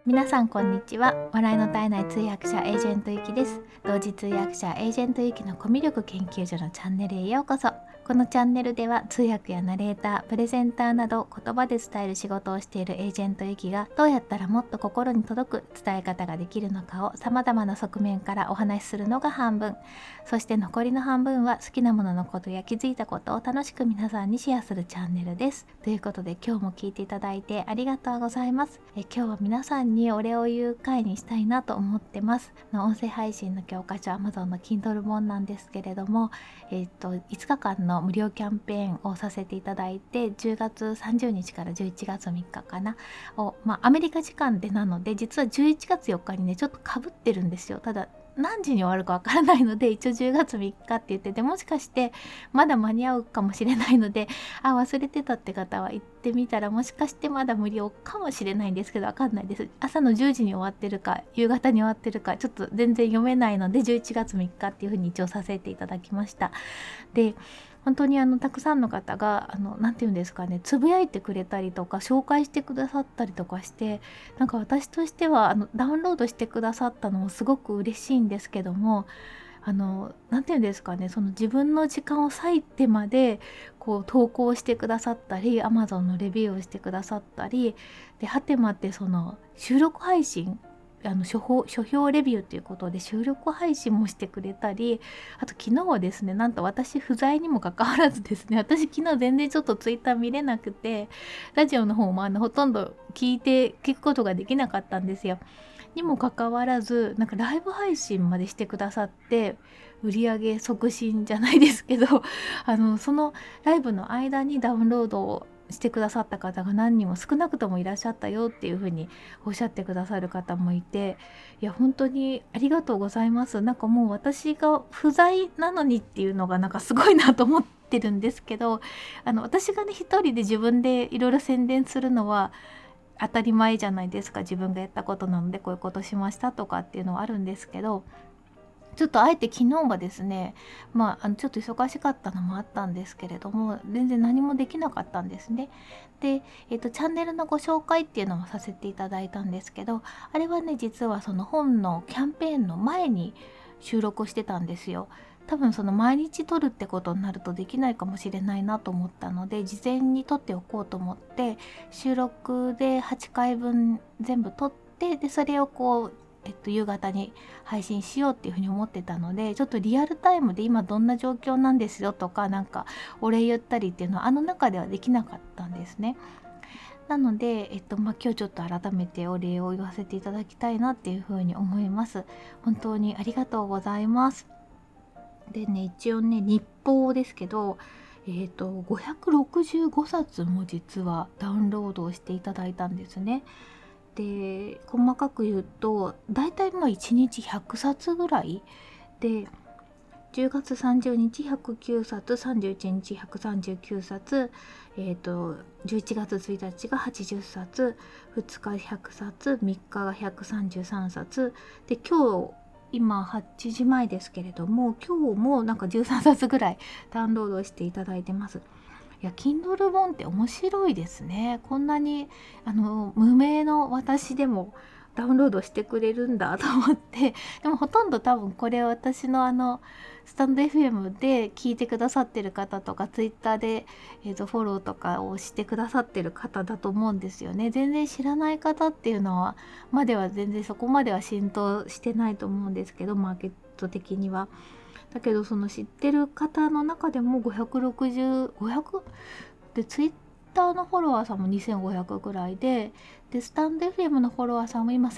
皆さんこんにちは。笑いの絶えない通訳者エージェントゆきです。同時通訳者エージェントゆきのコミュ力研究所のチャンネルへようこそ。このチャンネルでは通訳やナレーター、プレゼンターなど言葉で伝える仕事をしているエージェントゆきがどうやったらもっと心に届く伝え方ができるのかを様々な側面からお話しするのが半分、そして残りの半分は好きなもののことや気づいたことを楽しく皆さんにシェアするチャンネルです。ということで今日も聞いていただいてありがとうございます。今日は皆さんにお礼を言う回にしたいなと思ってます。音声配信の教科書 Amazon の Kindle 本なんですけれども、5日間の無料キャンペーンをさせていただいて、10月30日から11月3日かなを、アメリカ時間でなので、実は11月4日にねちょっとかぶってるんですよ。ただ何時に終わるかわからないので、一応10月3日って言ってて、もしかしてまだ間に合うかもしれないので、忘れてたって方は行ってみたら、もしかしてまだ無料かもしれないんですけど、わかんないです。朝の10時に終わってるか夕方に終わってるかちょっと全然読めないので、11月3日っていうふうに一応させていただきました。で、本当にたくさんの方がなんていうんですかね、つぶやいてくれたりとか紹介してくださったりとかして、なんか私としてはダウンロードしてくださったのもすごく嬉しいんですけども、なんていうんですかね、その自分の時間を割いてまでこう投稿してくださったり、 Amazon のレビューをしてくださったりで、はてまってその収録配信、書評レビューということで収録配信もしてくれたり、あと昨日はですね、なんと私不在にもかかわらずですね、私昨日全然ちょっとツイッター見れなくて、ラジオの方もほとんど聞くことができなかったんですよ。にもかかわらず、なんかライブ配信までしてくださって、売り上げ促進じゃないですけどそのライブの間にダウンロードをしてくださった方が何人も少なくともいらっしゃったよっていうふうにおっしゃってくださる方もいて、いや本当にありがとうございます。なんかもう私が不在なのにっていうのがなんかすごいなと思ってるんですけど、私がね一人で自分でいろいろ宣伝するのは当たり前じゃないですか。自分がやったことなのでこういうことしましたとかっていうのはあるんですけど、ちょっとあえて昨日はですね、ちょっと忙しかったのもあったんですけれども、全然何もできなかったんですね。で、チャンネルのご紹介っていうのもさせていただいたんですけど、あれはね実はその本のキャンペーンの前に収録をしてたんですよ。多分その毎日撮るってことになるとできないかもしれないなと思ったので、事前に撮っておこうと思って収録で8回分全部撮って、でそれをこう夕方に配信しようっていうふうに思ってたので、ちょっとリアルタイムで今どんな状況なんですよとか、なんかお礼言ったりっていうのは中ではできなかったんですね。なので、今日ちょっと改めてお礼を言わせていただきたいなっていうふうに思います。本当にありがとうございます。でね、一応ね日報ですけど、565冊も実はダウンロードをしていただいたんですね。で、細かく言うとだいたい1日100冊ぐらいで、10月30日109冊、31日139冊、11月1日が80冊、2日100冊、3日が133冊で、今8時前ですけれども、今日もなんか13冊ぐらいダウンロードしていただいてます。いや Kindle 本って面白いですね。こんなに無名の私でもダウンロードしてくれるんだと思って、でもほとんど多分これ私のスタンド FM で聞いてくださってる方とか、ツイッターで、フォローとかをしてくださってる方だと思うんですよね。全然知らない方っていうのはまでは全然そこまでは浸透してないと思うんですけど、マーケット的には。だけどその知ってる方の中でも560、500で、ツイッターのフォロワーさんも2500ぐらいで、スタンド FM のフォロワーさんも今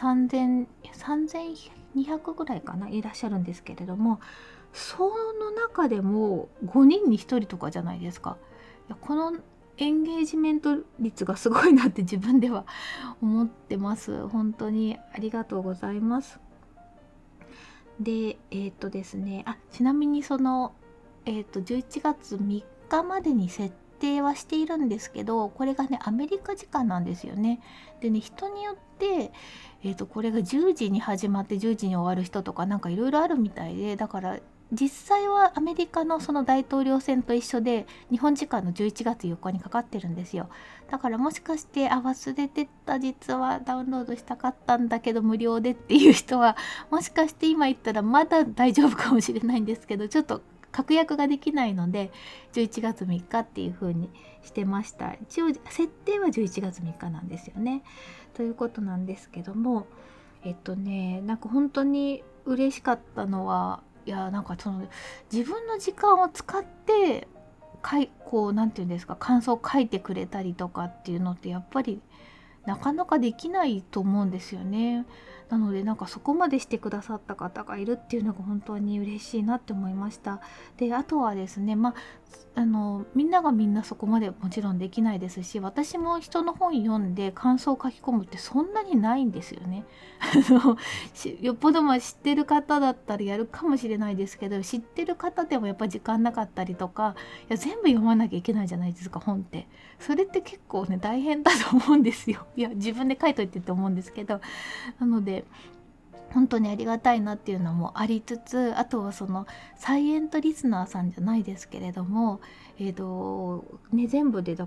3200ぐらいかないらっしゃるんですけれども、その中でも5人に1人とかじゃないですか。いや、このエンゲージメント率がすごいなって自分では思ってます。本当にありがとうございます。で、ですね、ちなみにその、11月3日までに設定はしているんですけど、これがね、アメリカ時間なんですよね。でね、人によって、これが10時に始まって10時に終わる人とかなんかいろいろあるみたいで、だから実際はアメリカのその大統領選と一緒で日本時間の11月4日にかかってるんですよ。だからもしかして忘れてた、実はダウンロードしたかったんだけど無料でっていう人はもしかして今言ったらまだ大丈夫かもしれないんですけど、ちょっと確約ができないので11月3日っていう風にしてました。一応設定は11月3日なんですよね。ということなんですけども、なんか本当に嬉しかったのは、いやなんかその自分の時間を使ってこうなんていうんですか、感想を書いてくれたりとかっていうのってやっぱりなかなかできないと思うんですよね。なのでなんかそこまでしてくださった方がいるっていうのが本当に嬉しいなって思いました。であとはですね、みんながみんなそこまでもちろんできないですし、私も人の本読んで感想を書き込むってそんなにないんですよね。よっぽど知ってる方だったらやるかもしれないですけど、知ってる方でもやっぱり時間なかったりとか、いや全部読まなきゃいけないじゃないですか、本って。それって結構ね大変だと思うんですよ。いや自分で書いといてって思うんですけど、なので本当にありがたいなっていうのもありつつ、あとはそのサイエントリスナーさんじゃないですけれども、全部で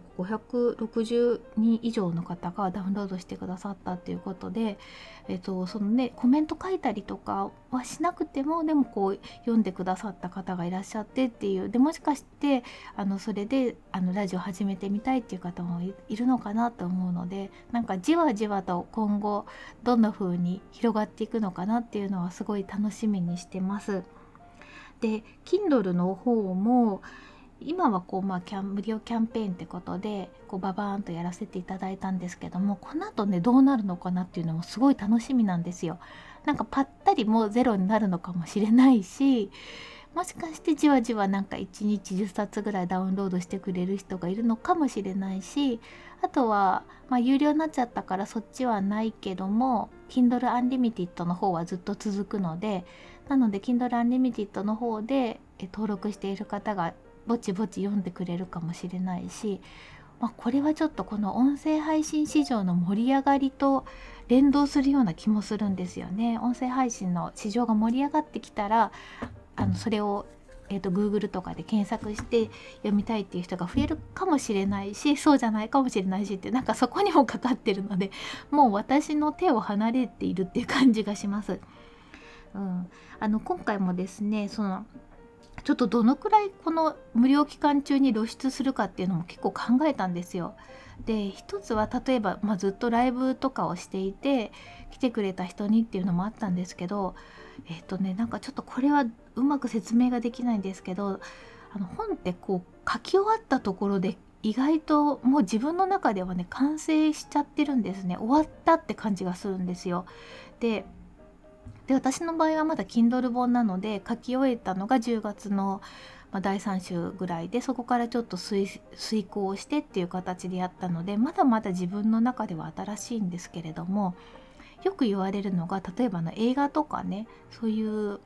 560人以上の方がダウンロードしてくださったっていうことで、そのねコメント書いたりとかはしなくても、でもこう読んでくださった方がいらっしゃってっていう、でもしかしてそれでラジオ始めてみたいっていう方もいるのかなと思うので、なんかじわじわと今後どんな風に広がっていくのかなっていうのはすごい楽しみにしてます。で Kindle の方も今はこう、無料キャンペーンってことでこうババーンとやらせていただいたんですけども、この後ねどうなるのかなっていうのもすごい楽しみなんですよ。なんかパッタリもうゼロになるのかもしれないし、もしかしてじわじわなんか1日10冊ぐらいダウンロードしてくれる人がいるのかもしれないし、あとは、有料になっちゃったからそっちはないけども Kindle Unlimited の方はずっと続くので、なので Kindle Unlimited の方で登録している方がぼちぼち読んでくれるかもしれないし、これはちょっとこの音声配信市場の盛り上がりと連動するような気もするんですよね。音声配信の市場が盛り上がってきたらそれをGoogle とかで検索して読みたいっていう人が増えるかもしれないし、そうじゃないかもしれないしって、なんかそこにもかかってるので、もう私の手を離れているっていう感じがします。今回もですね、ちょっとどのくらいこの無料期間中に露出するかっていうのも結構考えたんですよ。で一つは例えば、ずっとライブとかをしていて来てくれた人にっていうのもあったんですけど、なんかちょっとこれはうまく説明ができないんですけど、本ってこう書き終わったところで意外ともう自分の中ではね完成しちゃってるんですね。終わったって感じがするんですよ。で私の場合はまだ Kindle 本なので書き終えたのが10月の第3週ぐらいで、そこからちょっと遂行してっていう形でやったので、まだまだ自分の中では新しいんですけれども、よく言われるのが例えば映画とかね、そういう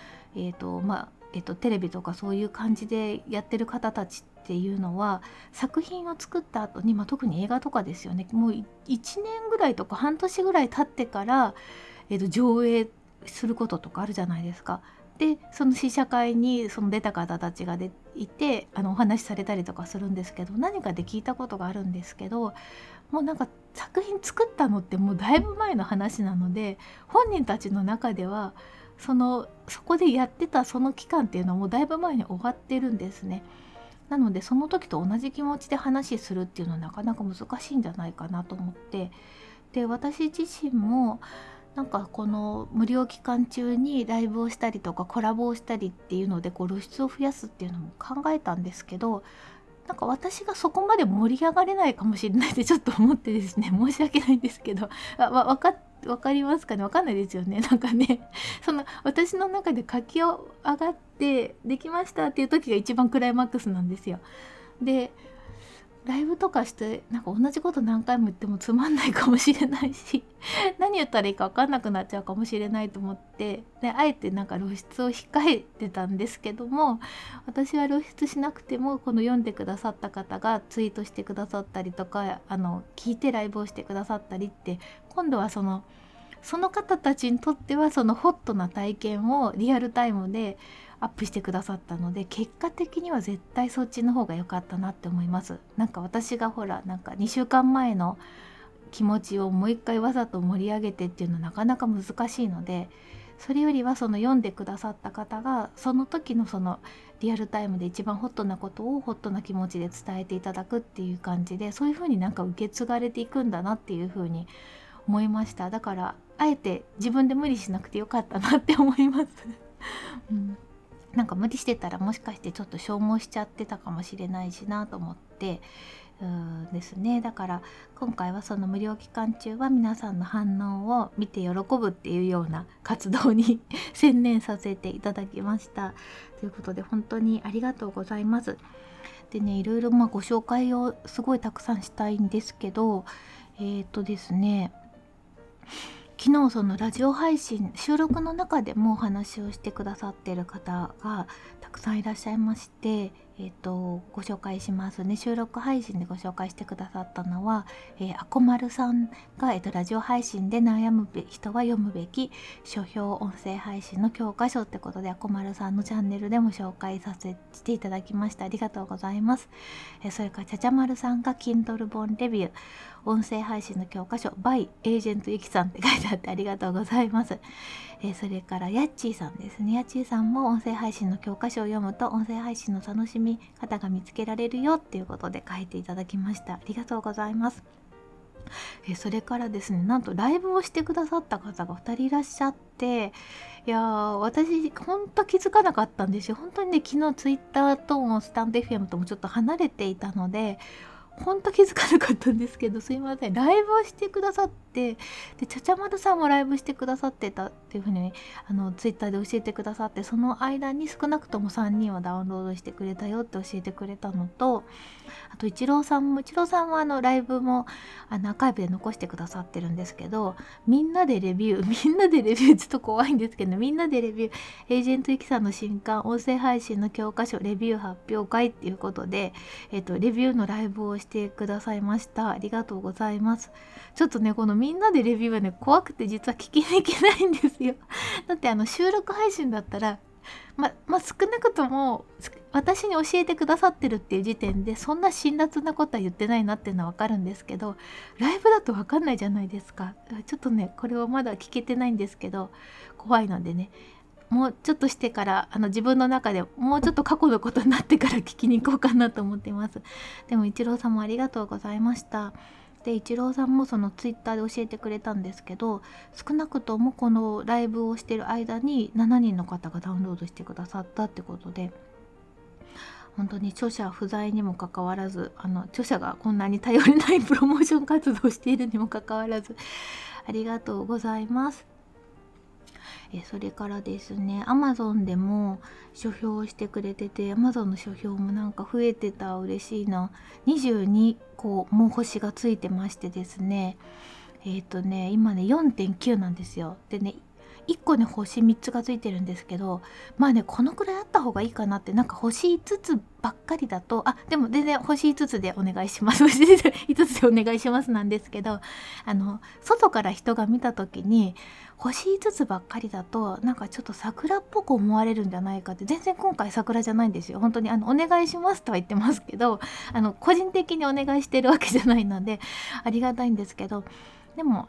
テレビとかそういう感じでやってる方たちっていうのは作品を作った後に、特に映画とかですよね、もう1年ぐらいとか半年ぐらい経ってから、上映することとかあるじゃないですか。でその試写会にその出た方たちがいてお話しされたりとかするんですけど、何かで聞いたことがあるんですけど、もうなんか作品作ったのってもうだいぶ前の話なので、本人たちの中ではそこでやってたその期間っていうのはもうだいぶ前に終わってるんですね。なのでその時と同じ気持ちで話するっていうのはなかなか難しいんじゃないかなと思って、で私自身もなんかこの無料期間中にライブをしたりとかコラボをしたりっていうので露出を増やすっていうのも考えたんですけど、なんか私がそこまで盛り上がれないかもしれないってちょっと思ってですね、申し訳ないんですけど、わかりますかね、わかんないですよね。なんかね、私の中で書き上がってできましたっていう時が一番クライマックスなんですよ。でライブとかしてなんか同じこと何回も言ってもつまんないかもしれないし何言ったらいいか分かんなくなっちゃうかもしれないと思って、であえてなんか露出を控えてたんですけども、私は露出しなくてもこの読んでくださった方がツイートしてくださったりとか聞いてライブをしてくださったりって、今度はそその方たちにとってはそのホットな体験をリアルタイムでアップしてくださったので、結果的には絶対そっちの方が良かったなって思います。なんか私がほらなんか2週間前の気持ちをもう一回わざと盛り上げてっていうのはなかなか難しいので、それよりはその読んでくださった方がその時のそのリアルタイムで一番ホットなことをホットな気持ちで伝えていただくっていう感じで、そういう風になんか受け継がれていくんだなっていう風に思いました。だからあえて自分で無理しなくてよかったなって思います、なんか無理してたらもしかしてちょっと消耗しちゃってたかもしれないしなと思ってですね。だから今回はその無料期間中は皆さんの反応を見て喜ぶっていうような活動に専念させていただきました。ということで本当にありがとうございます。でね、いろいろご紹介をすごいたくさんしたいんですけど、ですね、昨日そのラジオ配信収録の中でもお話をしてくださっている方がたくさんいらっしゃいまして、ご紹介しますね。収録配信でご紹介してくださったのは、あこまるさんが、ラジオ配信で悩む人は読むべき書評音声配信の教科書ってことで、あこまるさんのチャンネルでも紹介させていただきました。ありがとうございます。それからちゃちゃまるさんが Kindle 本レビュー音声配信の教科書 by エージェントゆきさんって書いてあってありがとうございます。それからやっちーさんですね。やっちーさんも音声配信の教科書を読むと音声配信の楽しみ方が見つけられるよっていうことで書いていただきました。ありがとうございます。それからですね、なんとライブをしてくださった方が2人いらっしゃって、いやー、私本当気づかなかったんですよ。本当にね、昨日ツイッターとスタンド FM ともちょっと離れていたので本当気づかなかったんですけど、すいません。ライブをしてくださって、でちゃちゃまるさんもライブしてくださってたっていうふうにツイッターで教えてくださって、その間に少なくとも3人はダウンロードしてくれたよって教えてくれたのと、あとイチローさんはライブもアーカイブで残してくださってるんですけど、みんなでレビューちょっと怖いんですけど、みんなでレビューエージェントゆきさんの新刊音声配信の教科書レビュー発表会っていうことで、レビューのライブをしてくださいました。ありがとうございます。ちょっとね、このみんなでレビューはね、怖くて実は聞きに行けないんですよ。だって収録配信だったら少なくとも私に教えてくださってるっていう時点でそんな辛辣なことは言ってないなっていうのは分かるんですけど、ライブだと分かんないじゃないですか。ちょっとね、これはまだ聞けてないんですけど怖いのでね、もうちょっとしてから自分の中でもうちょっと過去のことになってから聞きに行こうかなと思っています。でもイチローさんもありがとうございました。でイチローさんもそのツイッターで教えてくれたんですけど、少なくともこのライブをしてる間に7人の方がダウンロードしてくださったってことで、本当に著者不在にもかかわらず著者がこんなに頼りないプロモーション活動をしているにもかかわらずありがとうございます。それからですね、 Amazon でも書評をしてくれてて、 Amazon の書評もなんか増えてた。嬉しいな。22個も星がついてましてですね、今ね 4.9 なんですよ。でね、1個ね星3つがついてるんですけど、まあねこのくらいあった方がいいかなって。なんか星5つばっかりだとでも全然星5つでお願いします星5つでお願いしますなんですけど、外から人が見た時に星5つばっかりだとなんかちょっと桜っぽく思われるんじゃないかって。全然今回桜じゃないんですよ。本当にお願いしますとは言ってますけど、個人的にお願いしてるわけじゃないのでありがたいんですけど、でも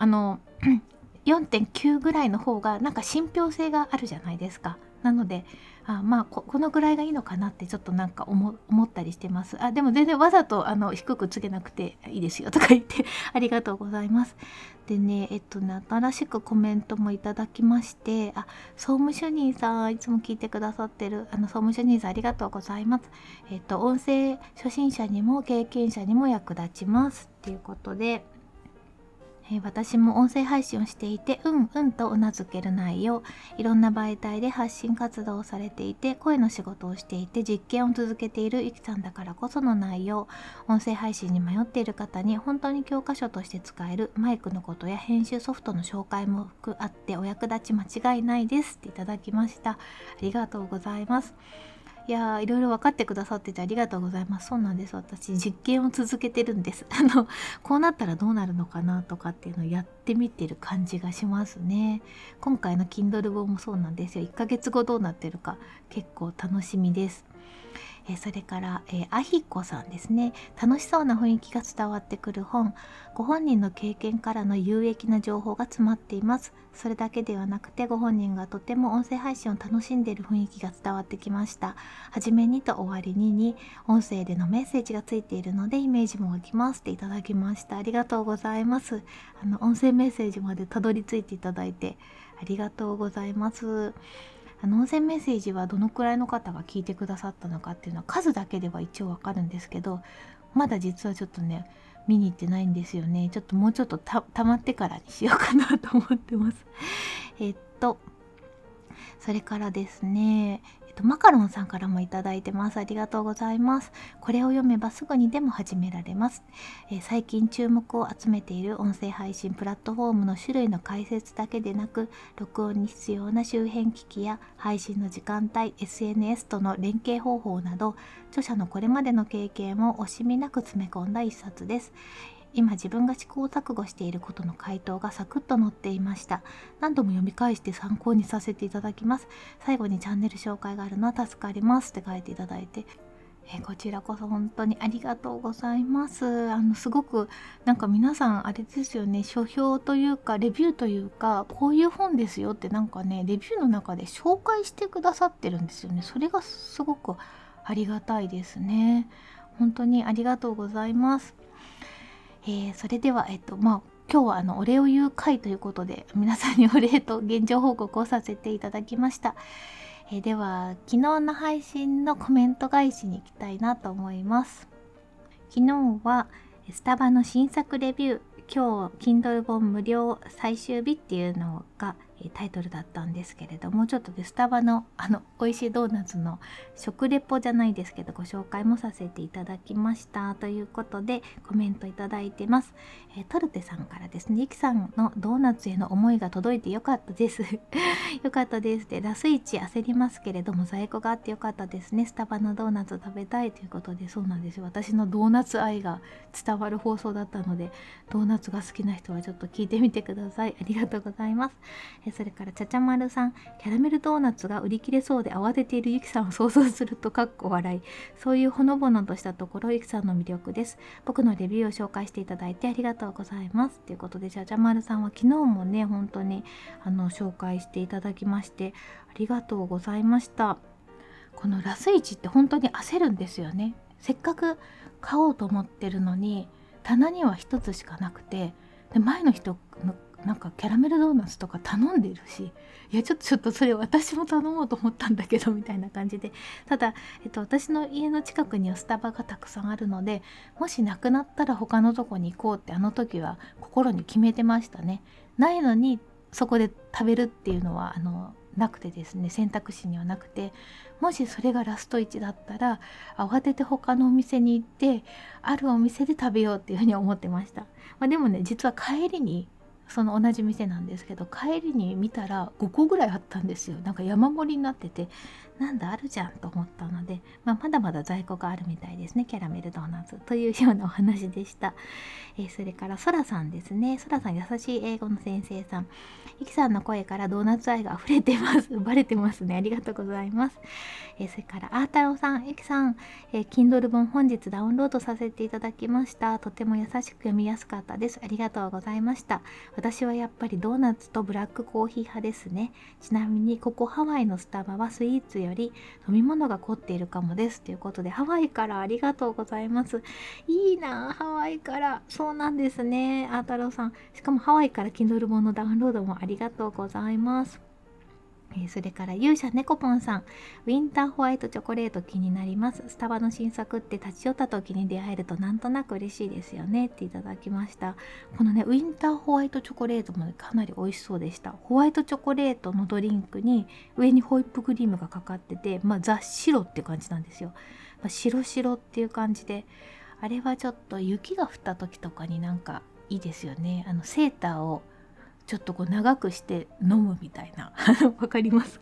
4.9 ぐらいの方がなんか信憑性があるじゃないですか。なのでこのぐらいがいいのかなってちょっとなんか思ったりしてます。でも全然わざと低くつけなくていいですよとか言ってありがとうございます。でね新しくコメントもいただきまして、総務主任さんいつも聞いてくださってる総務主任さんありがとうございます。音声初心者にも経験者にも役立ちますっていうことで、私も音声配信をしていてとうなずける内容、いろんな媒体で発信活動をされていて声の仕事をしていて実験を続けているゆきさんだからこその内容、音声配信に迷っている方に本当に教科書として使えるマイクのことや編集ソフトの紹介もあってお役立ち間違いないですっていただきました。ありがとうございます。 いやー、いろいろ分かってくださっててありがとうございます。そうなんです。私実験を続けてるんです。こうなったらどうなるのかなとかっていうのをやってみてる感じがしますね。今回の Kindle 本もそうなんですよ。1ヶ月後どうなってるか結構楽しみです。それから、あひこさんですね。楽しそうな雰囲気が伝わってくる本。ご本人の経験からの有益な情報が詰まっています。それだけではなくて、ご本人がとても音声配信を楽しんでいる雰囲気が伝わってきました。はじめにと終わりに音声でのメッセージがついているのでイメージも湧きますっていただきました。ありがとうございます。音声メッセージまでたどり着いていただいてありがとうございます。音声メッセージはどのくらいの方が聞いてくださったのかっていうのは数だけでは一応わかるんですけど、まだ実はちょっとね見に行ってないんですよね。ちょっともうちょっとたまってからにしようかなと思ってます。それからですね、マカロンさんからもいただいてます。ありがとうございます。これを読めばすぐにでも始められます。最近注目を集めている音声配信プラットフォームの種類の解説だけでなく、録音に必要な周辺機器や配信の時間帯、SNS との連携方法など、著者のこれまでの経験を惜しみなく詰め込んだ一冊です。今自分が試行錯誤していることの回答がサクッと載っていました。何度も読み返して参考にさせていただきます。最後にチャンネル紹介があるのは助かりますって書いていただいて、こちらこそ本当にありがとうございます。すごくなんか皆さんあれですよね、書評というかレビューというか、こういう本ですよってなんかねレビューの中で紹介してくださってるんですよね。それがすごくありがたいですね。本当にありがとうございます。それでは今日はお礼を言う回ということで皆さんにお礼と現状報告をさせていただきました。では昨日の配信のコメント返しに行きたいなと思います。昨日はスタバの新作レビュー、今日 Kindle 本無料最終日っていうのがタイトルだったんですけれども、ちょっとでスタバの美味しいドーナツの食レポじゃないですけどご紹介もさせていただきましたということでコメントいただいてます。トルテさんからですね、ゆきさんのドーナツへの思いが届いてよかったですよかったです。でラスイチ焦りますけれども在庫があってよかったですね。スタバのドーナツ食べたいということで、そうなんですよ、私のドーナツ愛が伝わる放送だったので、ドーナツが好きな人はちょっと聞いてみてください。ありがとうございます。それからちゃちゃまるさん、キャラメルドーナツが売り切れそうで慌てているゆきさんを想像するとかっこ笑い、そういうほのぼのとしたところゆきさんの魅力です。僕のレビューを紹介していただいてありがとうございますということで、ちゃちゃまるさんは昨日もね本当に紹介していただきましてありがとうございました。このラスイチって本当に焦るんですよね。せっかく買おうと思ってるのに棚には一つしかなくて、で前の人なんかキャラメルドーナツとか頼んでるし、いやちょっとそれ私も頼もうと思ったんだけどみたいな感じで、ただ、私の家の近くにはスタバがたくさんあるので、もしなくなったら他のとこに行こうって時は心に決めてましたね。ないのにそこで食べるっていうのはなくてですね、選択肢にはなくて、もしそれがラスト1だったら慌てて他のお店に行ってあるお店で食べようっていうふうに思ってました。でもね実は帰りにその同じ店なんですけど、帰りに見たら5個ぐらいあったんですよ。なんか山盛りになってて、なんだあるじゃんと思ったので、まだまだ在庫があるみたいですね、キャラメルドーナツというようなお話でした。それからソラさんですね。ソラさん優しい英語の先生さん、ゆきさんの声からドーナツ愛が溢れてますバレてますね。ありがとうございます。それからあーたろうさん、ゆきさん、Kindle 本本日ダウンロードさせていただきました。とても優しく読みやすかったです。ありがとうございました。私はやっぱりドーナツとブラックコーヒー派ですね。ちなみにここハワイのスタバはスイーツより飲み物が凝っているかもですということで、ハワイからありがとうございます。いいな、ハワイから。そうなんですね、あーたろうさん。しかもハワイから Kindle 本のダウンロードもありがとうございます。それから勇者猫ポンさん、ウィンターホワイトチョコレート気になります。スタバの新作って立ち寄った時に出会えるとなんとなく嬉しいですよねっていただきました。このねウィンターホワイトチョコレートも、ね、かなり美味しそうでした。ホワイトチョコレートのドリンクに上にホイップクリームがかかってて、ザ・白って感じなんですよ。白白っていう感じで、あれはちょっと雪が降った時とかになんかいいですよね。セーターをちょっとこう長くして飲むみたいなわかりますか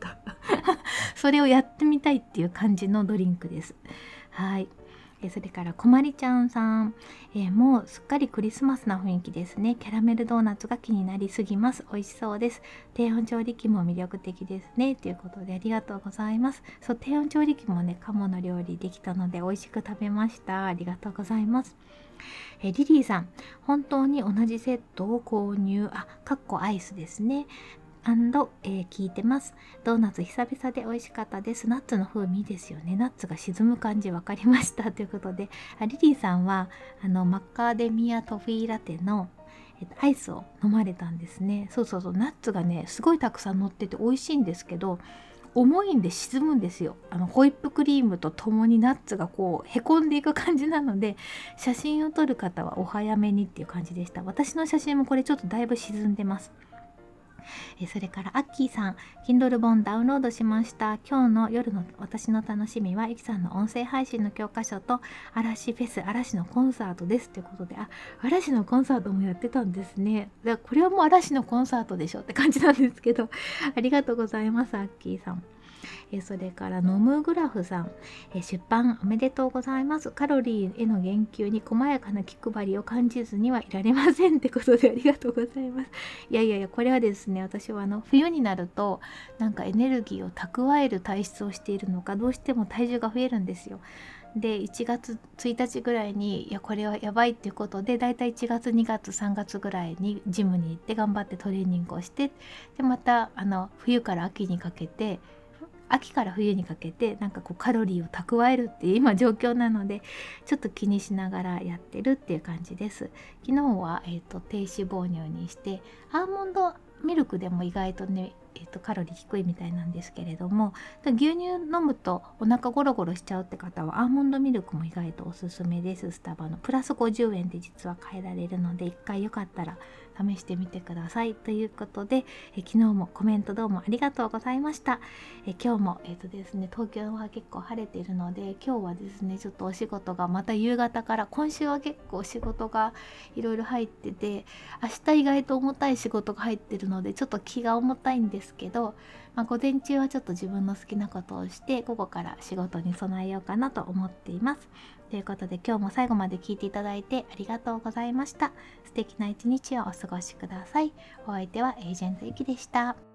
それをやってみたいっていう感じのドリンクです。はい。それからこまりちゃんさん、もうすっかりクリスマスな雰囲気ですね。キャラメルドーナツが気になりすぎます。美味しそうです。低温調理器も魅力的ですね、ということでありがとうございます。そう、低温調理器もね、鴨の料理できたので美味しく食べました。ありがとうございます。リリーさん、本当に同じセットを購入、かっこアイスですね。聞いてます。ドーナツ久々で美味しかったです。ナッツの風味ですよね。ナッツが沈む感じ分かりましたということで、リリーさんはマッカーデミアトフィーラテのアイスを飲まれたんですね。そうそうそう、ナッツがねすごいたくさん乗ってて美味しいんですけど、重いんで沈むんですよ。ホイップクリームとともにナッツがこうへこんでいく感じなので、写真を撮る方はお早めにっていう感じでした。私の写真もこれちょっとだいぶ沈んでます。それからアッキーさん、 Kindle 本ダウンロードしました。今日の夜の私の楽しみはゆきさんの音声配信の教科書と嵐フェス、嵐のコンサートですということで、嵐のコンサートもやってたんですね。これはもう嵐のコンサートでしょって感じなんですけど、ありがとうございます、アッキーさん。それからノムグラフさん、出版おめでとうございます。カロリーへの言及に細やかな気配りを感じずにはいられませんってことでありがとうございます。いやいやいや、これはですね、私は冬になるとなんかエネルギーを蓄える体質をしているのか、どうしても体重が増えるんですよ。で1月1日ぐらいに、いやこれはやばいっていうことで、だいたい1月2月3月ぐらいにジムに行って頑張ってトレーニングをして、でまた冬から秋にかけて、秋から冬にかけてなんかこうカロリーを蓄えるっていう今状況なので、ちょっと気にしながらやってるっていう感じです。昨日は、低脂肪乳にして、アーモンドミルクでも意外とね、カロリー低いみたいなんですけれども、牛乳飲むとお腹ゴロゴロしちゃうって方はアーモンドミルクも意外とおすすめです。スタバのプラス50円で実は買えられるので、一回よかったら試してみてくださいということで、昨日もコメントどうもありがとうございました。今日もですね、東京は結構晴れているので、今日はですねちょっとお仕事がまた夕方から、今週は結構仕事がいろいろ入ってて、明日意外と重たい仕事が入ってるのでちょっと気が重たいんですけど、午前中はちょっと自分の好きなことをして、午後から仕事に備えようかなと思っています。ということで、今日も最後まで聞いていただいてありがとうございました。素敵な一日をお過ごしください。お相手はエージェントゆきでした。